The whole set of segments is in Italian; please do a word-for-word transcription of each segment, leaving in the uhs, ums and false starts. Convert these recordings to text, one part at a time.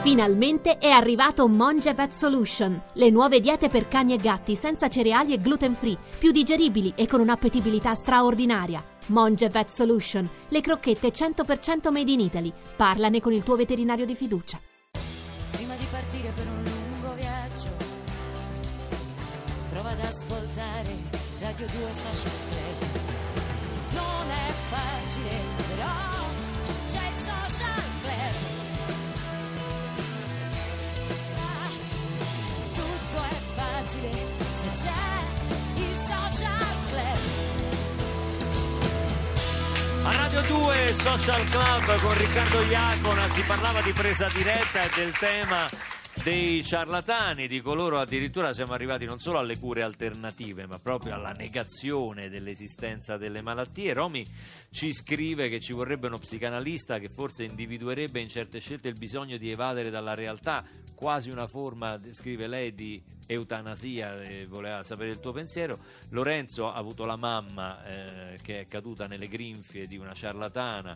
Finalmente è arrivato Monge Vet Solution, le nuove diete per cani e gatti senza cereali e gluten free, più digeribili e con un'appetibilità straordinaria. Monge Vet Solution, le crocchette cento per cento made in Italy. Parlane con il tuo veterinario di fiducia. Prima di partire per un lungo viaggio, prova ad ascoltare Radio due Social Club. Non è facile, però c'è il Social Club. Se c'è il Social Club. A Radio due Social Club con Riccardo Iacona si parlava di presa diretta e del tema dei ciarlatani, di coloro, addirittura siamo arrivati non solo alle cure alternative ma proprio alla negazione dell'esistenza delle malattie. Romy ci scrive che ci vorrebbe uno psicanalista che forse individuerebbe in certe scelte il bisogno di evadere dalla realtà, quasi una forma, scrive lei, di eutanasia, e voleva sapere il tuo pensiero. Lorenzo ha avuto la mamma eh, che è caduta nelle grinfie di una ciarlatana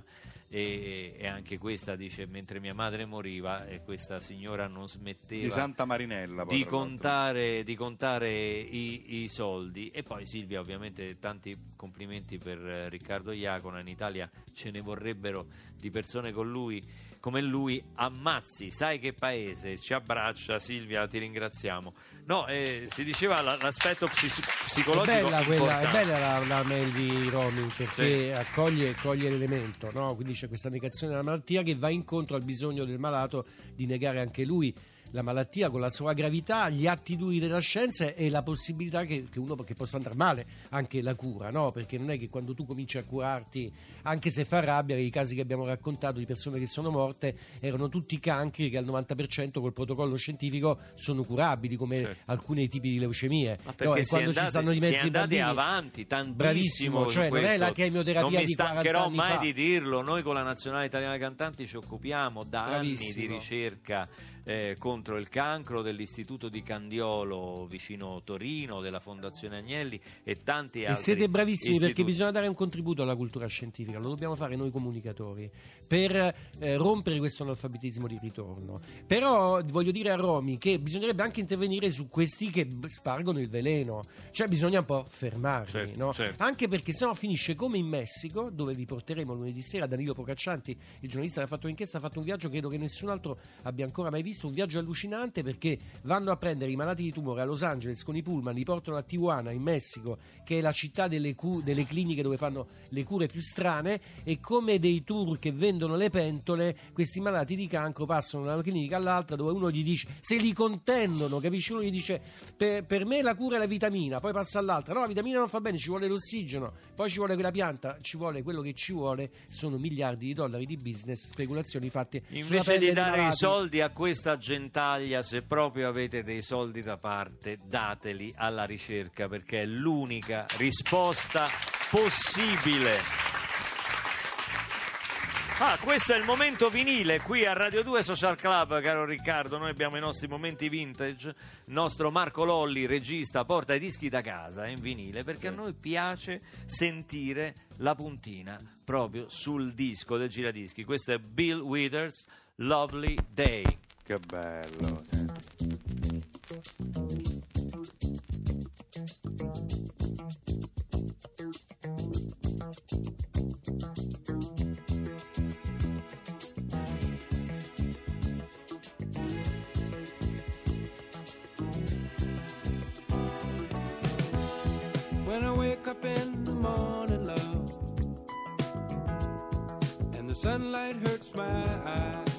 e, e anche questa, dice, mentre mia madre moriva e questa signora non smetteva di Santa Marinella di contare, di contare i, i soldi. E poi Silvia, ovviamente tanti complimenti per Riccardo Iacona, in Italia ce ne vorrebbero di persone con lui, come lui. Ammazzi, sai che paese, ci abbraccia Silvia, ti ringraziamo. No, eh, si diceva l'aspetto psi- psicologico è bella, quella, è importante. bella la, la mail di Romy, perché Sì. accoglie, accoglie l'elemento, no? Quindi c'è questa negazione della malattia che va incontro al bisogno del malato di negare anche lui la malattia con la sua gravità, gli atti duri della scienza e la possibilità che, che uno che possa andare male anche la cura, no? Perché non è che quando tu cominci a curarti, anche se fa rabbia, i casi che abbiamo raccontato di persone che sono morte erano tutti cancri che al novanta per cento col protocollo scientifico sono curabili, come Certo. alcuni tipi di leucemia. Ma perché no? E si, quando è andati, ci stanno di si è mezzi andati bambini, avanti tantissimo, bravissimo, cioè in non è questo. la chemioterapia non mi di quaranta stancherò anni mai fa. di dirlo, noi con la Nazionale Italiana Cantanti ci occupiamo da Bravissimo. anni di ricerca eh, contro il cancro, dell'Istituto di Candiolo vicino Torino, della Fondazione Agnelli e tanti E altri siete bravissimi istituti. perché bisogna dare un contributo alla cultura scientifica, lo dobbiamo fare noi comunicatori per eh, rompere questo analfabetismo di ritorno. Però voglio dire a Romy che bisognerebbe anche intervenire su questi che spargono il veleno, cioè bisogna un po' fermarli, Certo, no? certo. Anche perché sennò finisce come in Messico, dove vi porteremo lunedì sera. Danilo Procaccianti, il giornalista che ha fatto l'inchiesta, ha fatto un viaggio credo che nessun altro abbia ancora mai visto, un viaggio allucinante, perché vanno a prendere i malati di tumore a Los Angeles con i pullman, li portano a Tijuana in Messico, che è la città delle, cu- delle cliniche dove fanno le cure più strane, e come dei tour che vendono le pentole, questi malati di cancro passano da una clinica all'altra dove uno gli dice, se li contendono, capisci? Uno gli dice per, per me la cura è la vitamina, poi passa all'altra, no, la vitamina non fa bene, ci vuole l'ossigeno, poi ci vuole quella pianta, ci vuole quello che ci vuole, sono miliardi di dollari di business, speculazioni fatte sulla Invece pelle di dare dei i malati. soldi a questa gentaglia, se proprio avete dei soldi da parte, dateli alla ricerca, perché è l'unica risposta possibile. Ah, questo è il momento vinile qui a Radio due Social Club, caro Riccardo. Noi abbiamo i nostri momenti vintage. Il nostro Marco Lolli, regista, porta i dischi da casa in vinile perché a noi piace sentire la puntina proprio sul disco del giradischi. Questo è Bill Withers, Lovely Day. Che bello, senti. When I wake up in the morning, love, and the sunlight hurts my eyes,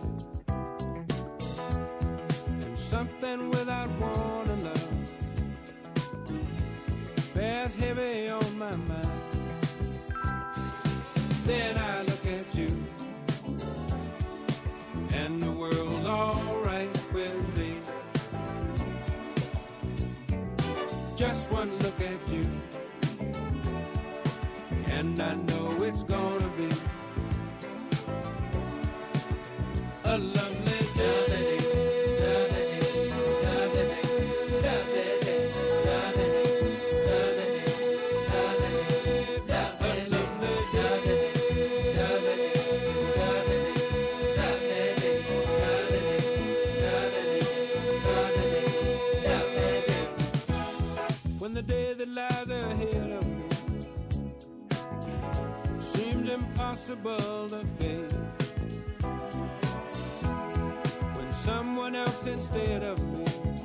and something without warning, love, bears heavy on my mind. Then I look at you, and the world's all right with me. Just one look at you, and I know it's gonna be a lovely day. impossible to fake. When someone else instead of me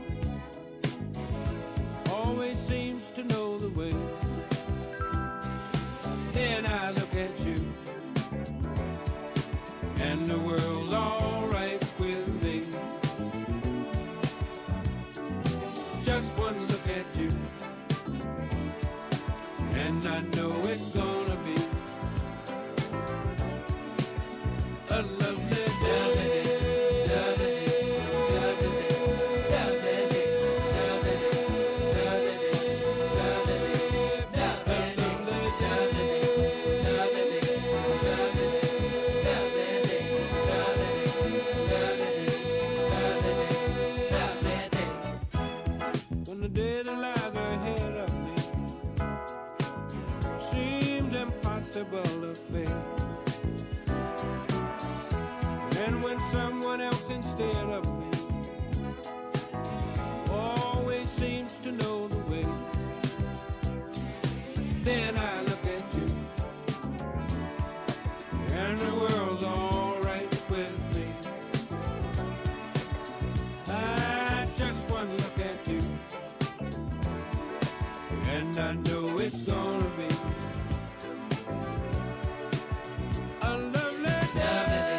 always seems to know the way, then I look at you and the world's all right with me. Just one look at you and I know it's gonna be a lovely day. When the day that lies ahead of me seemed impossible to face, and when someone else instead of me always seems to know the way, then I look at you and the world's all right with me. I just one look at you and I know it's gonna be a lovely day.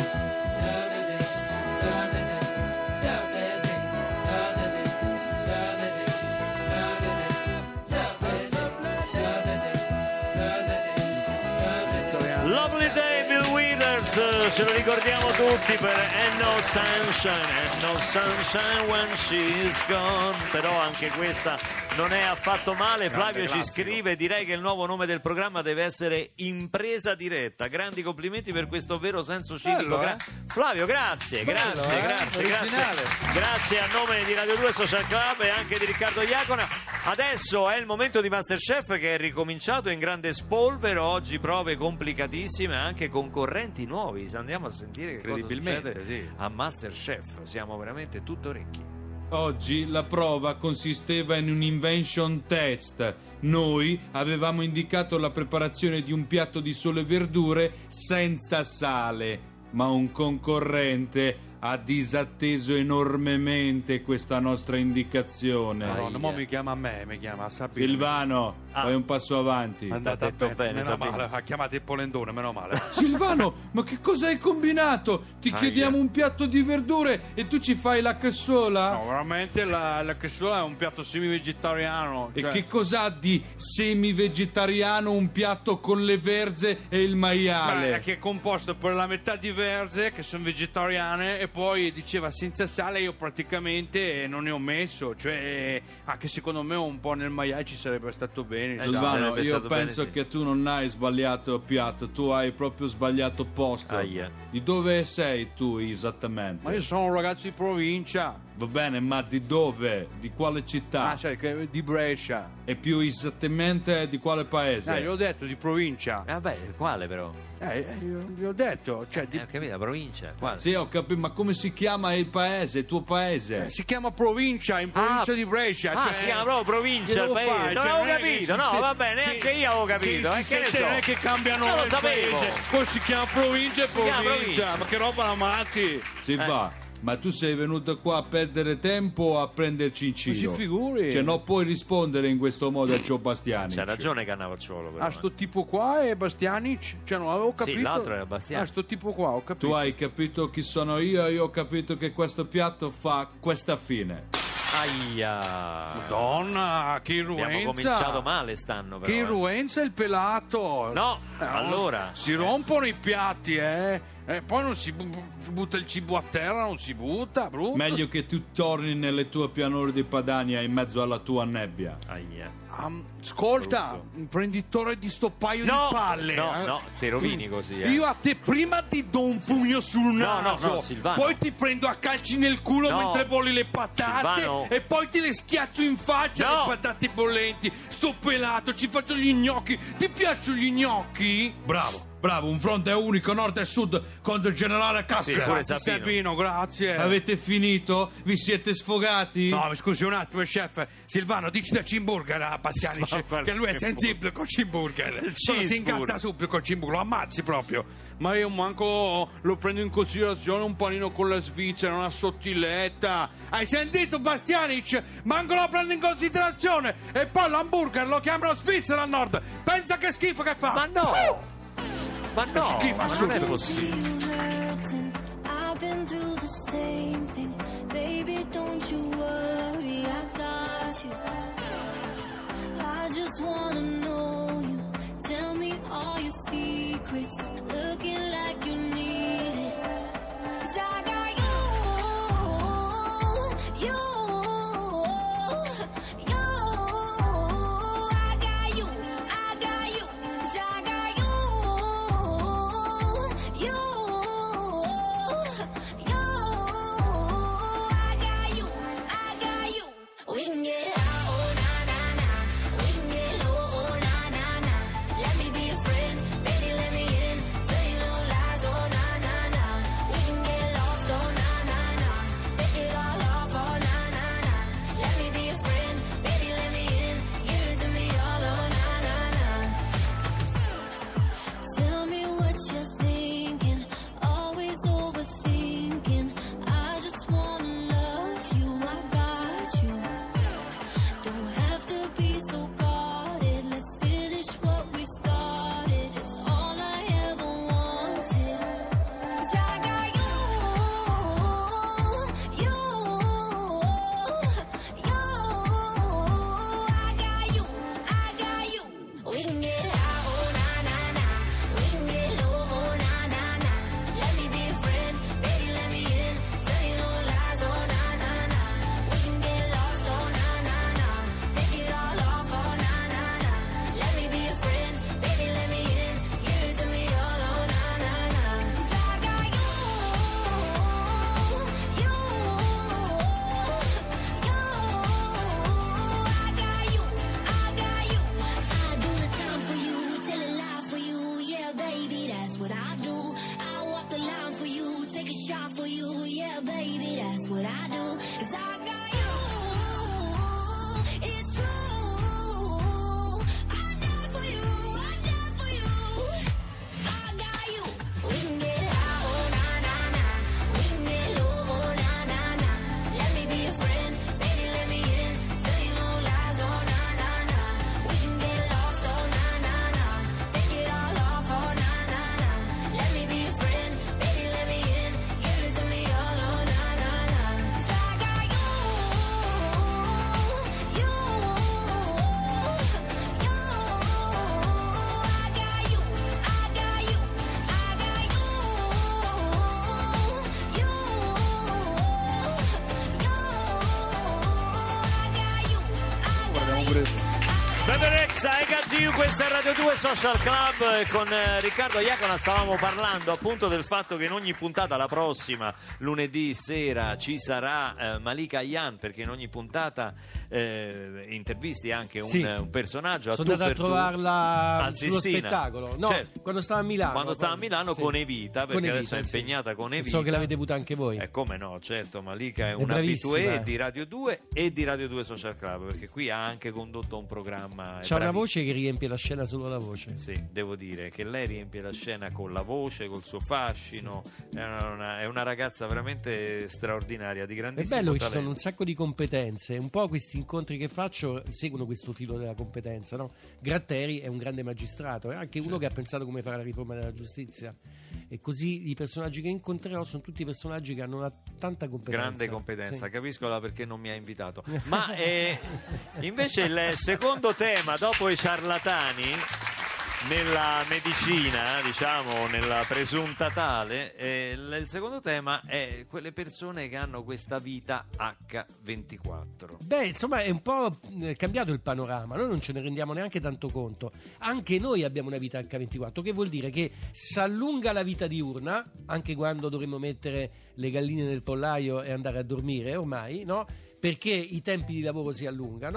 Lovely Day, Bill Withers, eh, ce lo ricordiamo tutti per And No Sunshine, And No Sunshine When She's Gone, però anche questa non è affatto male. Flavio ci scrive: direi che il nuovo nome del programma deve essere Impresa Diretta. Grandi complimenti per questo vero senso civico. Bello, Gra- eh? Flavio, grazie, Bello, grazie, eh? grazie, grazie, Originale. grazie a nome di Radio due Social Club e anche di Riccardo Iacona. Adesso è il momento di Masterchef, che è ricominciato in grande spolvero. Oggi prove complicatissime, anche concorrenti nuovi. Andiamo a sentire che cosa Incredibilmente, succede sì. a Masterchef. Siamo veramente tutto orecchi. Oggi la prova consisteva in un invention test. Noi avevamo indicato la preparazione di un piatto di sole verdure senza sale, ma un concorrente ha disatteso enormemente questa nostra indicazione. Madonna, mo mi chiama a me, mi chiama a Sabino. Silvano, Ah. fai un passo avanti. Andate detto bene, bene, meno Sabino. male, ha chiamato il polendone, meno male. Silvano, ma che cosa hai combinato? Ti Aia. chiediamo un piatto di verdure e tu ci fai la cassola? No, veramente la, la cassola è un piatto semi-vegetariano. E cioè- che cos'ha di semi-vegetariano un piatto con le verze e il maiale? Beh, è che è composto per la metà di verze che sono vegetariane e poi diceva senza sale. Io praticamente non ne ho messo, cioè anche secondo me un po' nel maiale ci sarebbe stato bene. Eh, sai. Silvano, sarebbe io stato bene, penso sì. che tu non hai sbagliato piatto, tu hai proprio sbagliato posto. Aia. Di dove sei tu esattamente? Ma io sono un ragazzo di provincia. Va bene, ma di dove? Di quale città? Ah, sai che di Brescia. E più esattamente di quale paese? Eh, io ho detto di provincia. Eh, Vabbè, quale però? Eh, eh, io, io ho detto, cioè di- Eh, ho capito, la provincia. Quale? Sì, ho capito, ma come si chiama il paese, il tuo paese? eh, si chiama provincia, in provincia Ah, di Brescia. Ah, cioè- si chiama proprio provincia Che il devo paese. fare? Non Cioè, avevo è che capito, si- no, si- vabbè, sì, neanche io avevo capito. sì, eh, sì, che ne sì, so? non è che cambiano Non lo il sapevo. paese. Poi si chiama provincia e Si chiama provincia. provincia. Ma che roba la matti? Si va. Ma tu sei venuto qua a perdere tempo o a prenderci in Ma si giro? figuri. Cioè, non puoi rispondere in questo modo a Gio Bastiani. C'ha ragione Cannavacciuolo però. Ah, eh. sto tipo qua è Bastianic? Cioè, non avevo capito. l'altro era Bastianic. Ah, sto tipo qua, ho capito. Tu hai capito chi sono io, io ho capito che questo piatto fa questa fine. Aia. Madonna, che Abbiamo irruenza. cominciato male stanno però. Che eh. irruenza il pelato. No, Eh, allora. Si rompono i piatti, eh. E poi non si bu- bu- butta il cibo a terra, non si butta, brutto. Meglio che tu torni nelle tue pianure di Padania in mezzo alla tua nebbia. Aia. Um, ascolta, imprenditore di sto paio No, di palle. no, eh. no, ti rovini così, eh. Io a te prima ti do un pugno sul No, no, naso, no, Silvano. poi ti prendo a calci nel culo No. mentre bolli le patate Silvano. e poi ti le schiaccio in faccia No. le patate bollenti. Sto pelato, ci faccio gli gnocchi. Ti piacciono gli gnocchi? Bravo. bravo, un fronte unico nord e sud contro il generale Castro. Sì, pure Grazie Sabino. Sabino, grazie. Avete finito? Vi siete sfogati? No, mi scusi un attimo, chef. Silvano, dici da Cimburger a Bastianic Ma guarda che lui è che sensibile con Cimburger. Solo si cheeseburger. incazza subito con Cimburger, lo ammazzi proprio. Ma io manco lo prendo in considerazione un panino con la Svizzera, una sottiletta. Hai sentito Bastianic? Manco lo prendo in considerazione. E poi l'hamburger lo chiamano Svizzera al nord. Pensa che schifo che fa. Ma no! Ma no, Schifo ma non è assurdo. possibile. I've been through the same thing. Baby, don't you worry, I got you. I just wanna know you. Tell me all your secrets. Looking like you need it. 'Cause I got you, you, you. I got you, I got you. 'Cause I got you, you, you. I got you, I got you. We can get high, oh na na na. We can get low, oh na na na. Let me be a friend, baby, let me in. Say no lies, oh na na na. We can get lost, oh na na na. Take it all off, oh na na na. Let me be a friend, baby, let me in. Give it to me all, oh na na na. Tell me what you're thinking, always overthinking. I just wanna love you, I got you. Don't have to be so guarded. Let's finish what we started. It's all I ever wanted. 'Cause I got you, you, you. I got you, I got you. We can get high, oh na na na. We can get low, oh na na na. Let me be a friend, baby, let me in. Tell you no lies, oh na na na. We can get lost, oh na na na. Take it all off, oh na na na. Let me be a friend, baby, let me in. Give it to me all, oh na na na. 'Cause I got you, you, you. I got you, I got you. I do the time for you, tell a lie for you. Yeah, baby, that's what I do. I walk the line for you, take a shot for you. Yeah, baby, that's what I do. 'Cause I got you, it's true. I die for you, I die for you. I got you. We can get high, oh na na na. We can get low, oh na na na. Let me be a friend, baby, let me in. Tell you no lies, oh na na na. We can get lost, oh na na na. Take it all off, oh na na na. Let me be a friend, baby, let me in. Give it to me all, oh na na na. 'Cause I got you, you, you. I got you, I got you, I got you, you, you. I got you, I got you. Beberex, I got you, questa è Radio due Social Club e con eh, Riccardo Iacona stavamo parlando appunto del fatto che in ogni puntata, la prossima lunedì sera, ci sarà eh, Malika Ayane, perché in ogni puntata eh, intervisti anche un, Sì. un personaggio a Sono tu andato a per tu trovarla al sullo Sistina. spettacolo. No, Certo. quando stava a Milano. Quando stava a Milano Sì. con Evita, perché Con adesso Evita, è sì. impegnata con Evita. So che l'avete avuta anche voi. Eh, come no, certo, Malika è, È un bravissima, abitué eh. di Radio due e di Radio due Social Club, perché qui ha anche condotto un programma. è C'ha una bravissima. voce che riempie la scena solo la voce. Sì, devo dire che lei riempie la scena con la voce, col suo fascino. È, una, è una ragazza veramente straordinaria, di È grandissimo bello che ci talento. sono un sacco di competenze. Un po' questi incontri che faccio seguono questo filo della competenza, no? Gratteri è un grande magistrato, è anche uno che ha pensato come fare la riforma della giustizia. E così i personaggi che incontrerò sono tutti personaggi che hanno una tanta competenza. Grande competenza, Sì. capisco la perché non mi ha invitato. Ma eh, invece il secondo tema, dopo i ciarlatani, nella medicina, diciamo, nella presunta tale, eh, l- il secondo tema è quelle persone che hanno questa vita acca ventiquattro. Beh, insomma, è un po' eh, cambiato il panorama, noi non ce ne rendiamo neanche tanto conto. Anche noi abbiamo una vita acca ventiquattro, che vuol dire che si allunga la vita diurna, anche quando dovremmo mettere le galline nel pollaio e andare a dormire ormai, no? Perché i tempi di lavoro si allungano.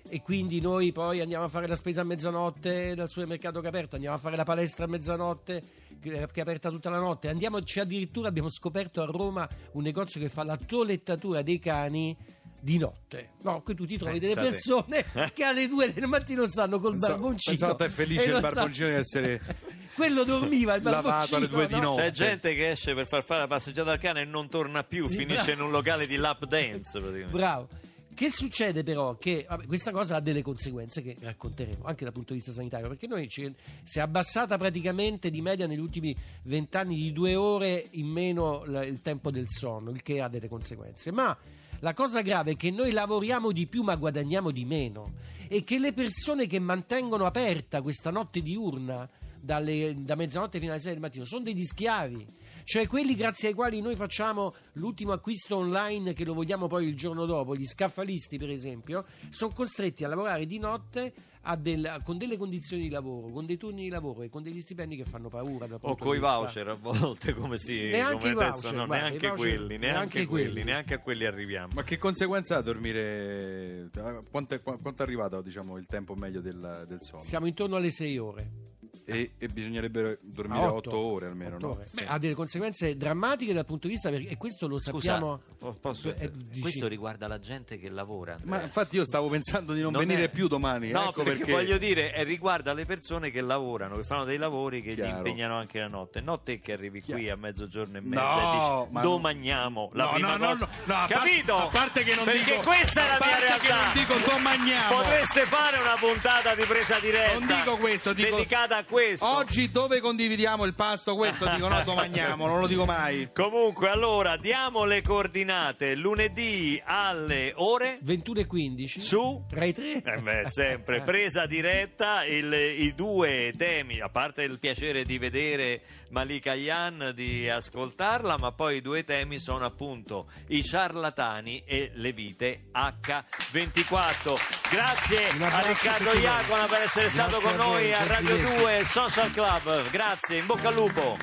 e quindi noi poi andiamo a fare la spesa a mezzanotte dal supermercato che è aperto, andiamo a fare la palestra a mezzanotte che è aperta tutta la notte, andiamoci, addirittura abbiamo scoperto a Roma un negozio che fa la toelettatura dei cani di notte. No, qui tu ti trovi delle Pensate. persone che alle due del mattino stanno col Pensa- barboncino. pensavo te felice e il non sta- barboncino di essere quello dormiva, il lavato barboncino alle due di no? notte. C'è gente che esce per far fare la passeggiata al cane e non torna più, Sì, finisce bravo. in un locale di lap dance praticamente. Bravo. Che succede però? Che vabbè, questa cosa ha delle conseguenze che racconteremo anche dal punto di vista sanitario, perché noi ci, si è abbassata praticamente di media negli ultimi vent'anni di due ore in meno la- il tempo del sonno, il che ha delle conseguenze. Ma la cosa grave è che noi lavoriamo di più ma guadagniamo di meno, e che le persone che mantengono aperta questa notte diurna dalle- da mezzanotte fino alle sei del mattino sono degli schiavi. Cioè quelli grazie ai quali noi facciamo l'ultimo acquisto online che lo vogliamo poi il giorno dopo, gli scaffalisti per esempio, sono costretti a lavorare di notte a del- con delle condizioni di lavoro, con dei turni di lavoro e con degli stipendi che fanno paura. dal O punto coi di vista- voucher a volte, come si Neanche come i adesso, voucher, no, guarda, neanche i voucher- quelli, neanche, neanche quelli, quelli. neanche a quelli arriviamo. Ma che conseguenza ha dormire? Quanto è, quanto è arrivato, diciamo, il tempo meglio del, del sonno? Siamo intorno alle sei ore. E, e bisognerebbe dormire A otto ore almeno, otto no? ore. Sì. Beh, ha delle conseguenze drammatiche dal punto di vista, perché, e questo lo Scusa, sappiamo. po- posso- eh, dici- questo riguarda la gente che lavora, Andrea. Ma infatti io stavo pensando di non, Non venire è- più domani. No, ecco perché, perché, voglio dire, eh, riguarda le persone che lavorano, che fanno dei lavori che Chiaro. gli impegnano anche la notte. No te che arrivi qui Chiaro. a mezzogiorno e mezza No, e dici ma domagniamo la No, prima no, no, cosa. no, no, a par- Capito? a parte che non perché dico- questa è a la mia parte che realtà. non dico domagniamo. Potreste fare una puntata di presa diretta. Non dico questo, dico- dedicata a questo. Oggi dove condividiamo il pasto, questo dico no, domagniamo, non lo dico mai. Comunque, allora, diamo le coordinate. Lunedì alle ore ventuno e quindici su Rai tre. Eh beh, sempre presa diretta. il- i due temi, a parte il piacere di vedere Malika Yan, di ascoltarla, ma poi i due temi sono appunto i ciarlatani e le vite acca ventiquattro. Grazie Un a abbraccio a Riccardo tutti voi. Iacona per essere stato Grazie con a voi, noi a Radio complimenti. due Social Club. Grazie, in bocca al lupo.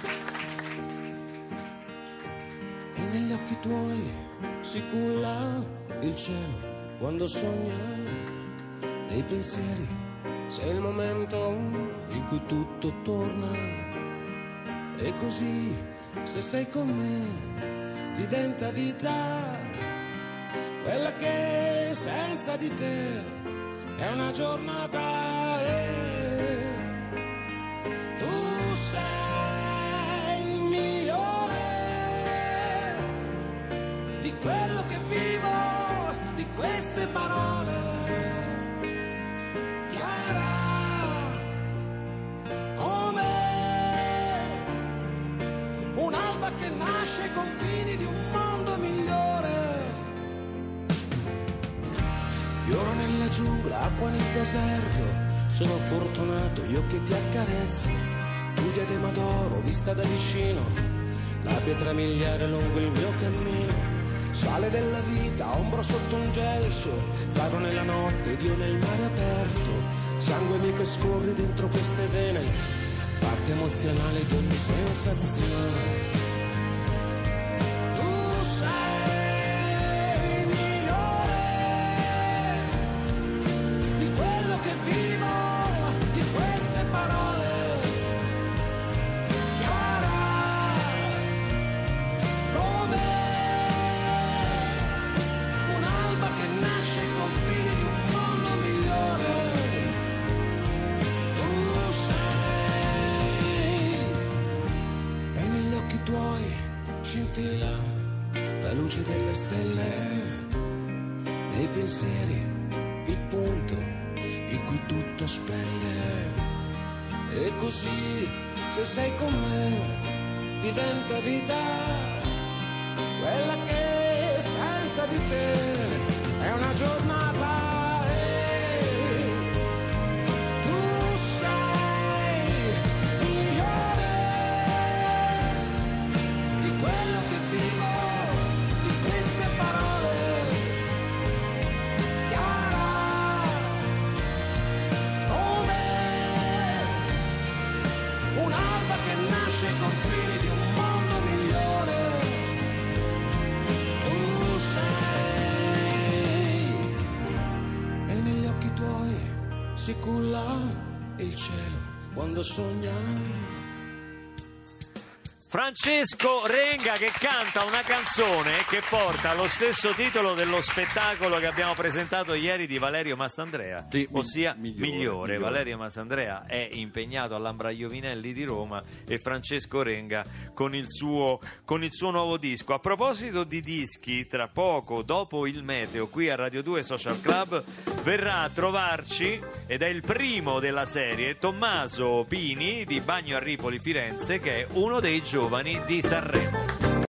E negli occhi tuoi si culla il cielo quando sogni, nei pensieri sei il momento in cui tutto torna, e così se sei con me diventa vita, quella che senza di te è una giornata, e tu sei il migliore di quello che vivo, di queste parole, chiara come un'alba che nasce ai confini di un mondo migliore. Fiore nella giungla, acqua nel deserto, sono fortunato io che ti accarezzo, tu diadema d'oro vista da vicino, la pietra miliare lungo il mio cammino, sale della vita, ombra sotto un gelso, vado nella notte, Dio nel mare aperto, sangue mio che scorre dentro queste vene, parte emozionale di ogni sensazione. Tu sei il migliore di quello che vivo, di queste parole, chiara come un'alba che nasce ai confini di un mondo migliore. Tu sei, e negli occhi tuoi scintilla la luce delle stelle, nei pensieri il punto in cui tutto splende, e così se sei con me diventa vita, quella che senza di te è una giornata, e tu sei migliore di quello che vivo, di queste parole, chiara come un'alba che nasce ai confini di un mondo migliore. si culla il cielo quando sogna. Francesco Renga che canta una canzone che porta lo stesso titolo dello spettacolo che abbiamo presentato ieri di Valerio Mastandrea, Sì, ossia mi- migliore. migliore. Valerio Mastandrea è impegnato all'Ambra Iovinelli di Roma e Francesco Renga con il suo, con il suo nuovo disco. A proposito di dischi, tra poco, dopo il meteo, qui a Radio due Social Club verrà a trovarci, ed è il primo della serie, Tommaso Pini di Bagno a Ripoli Firenze, che è uno dei giovani di Sanremo.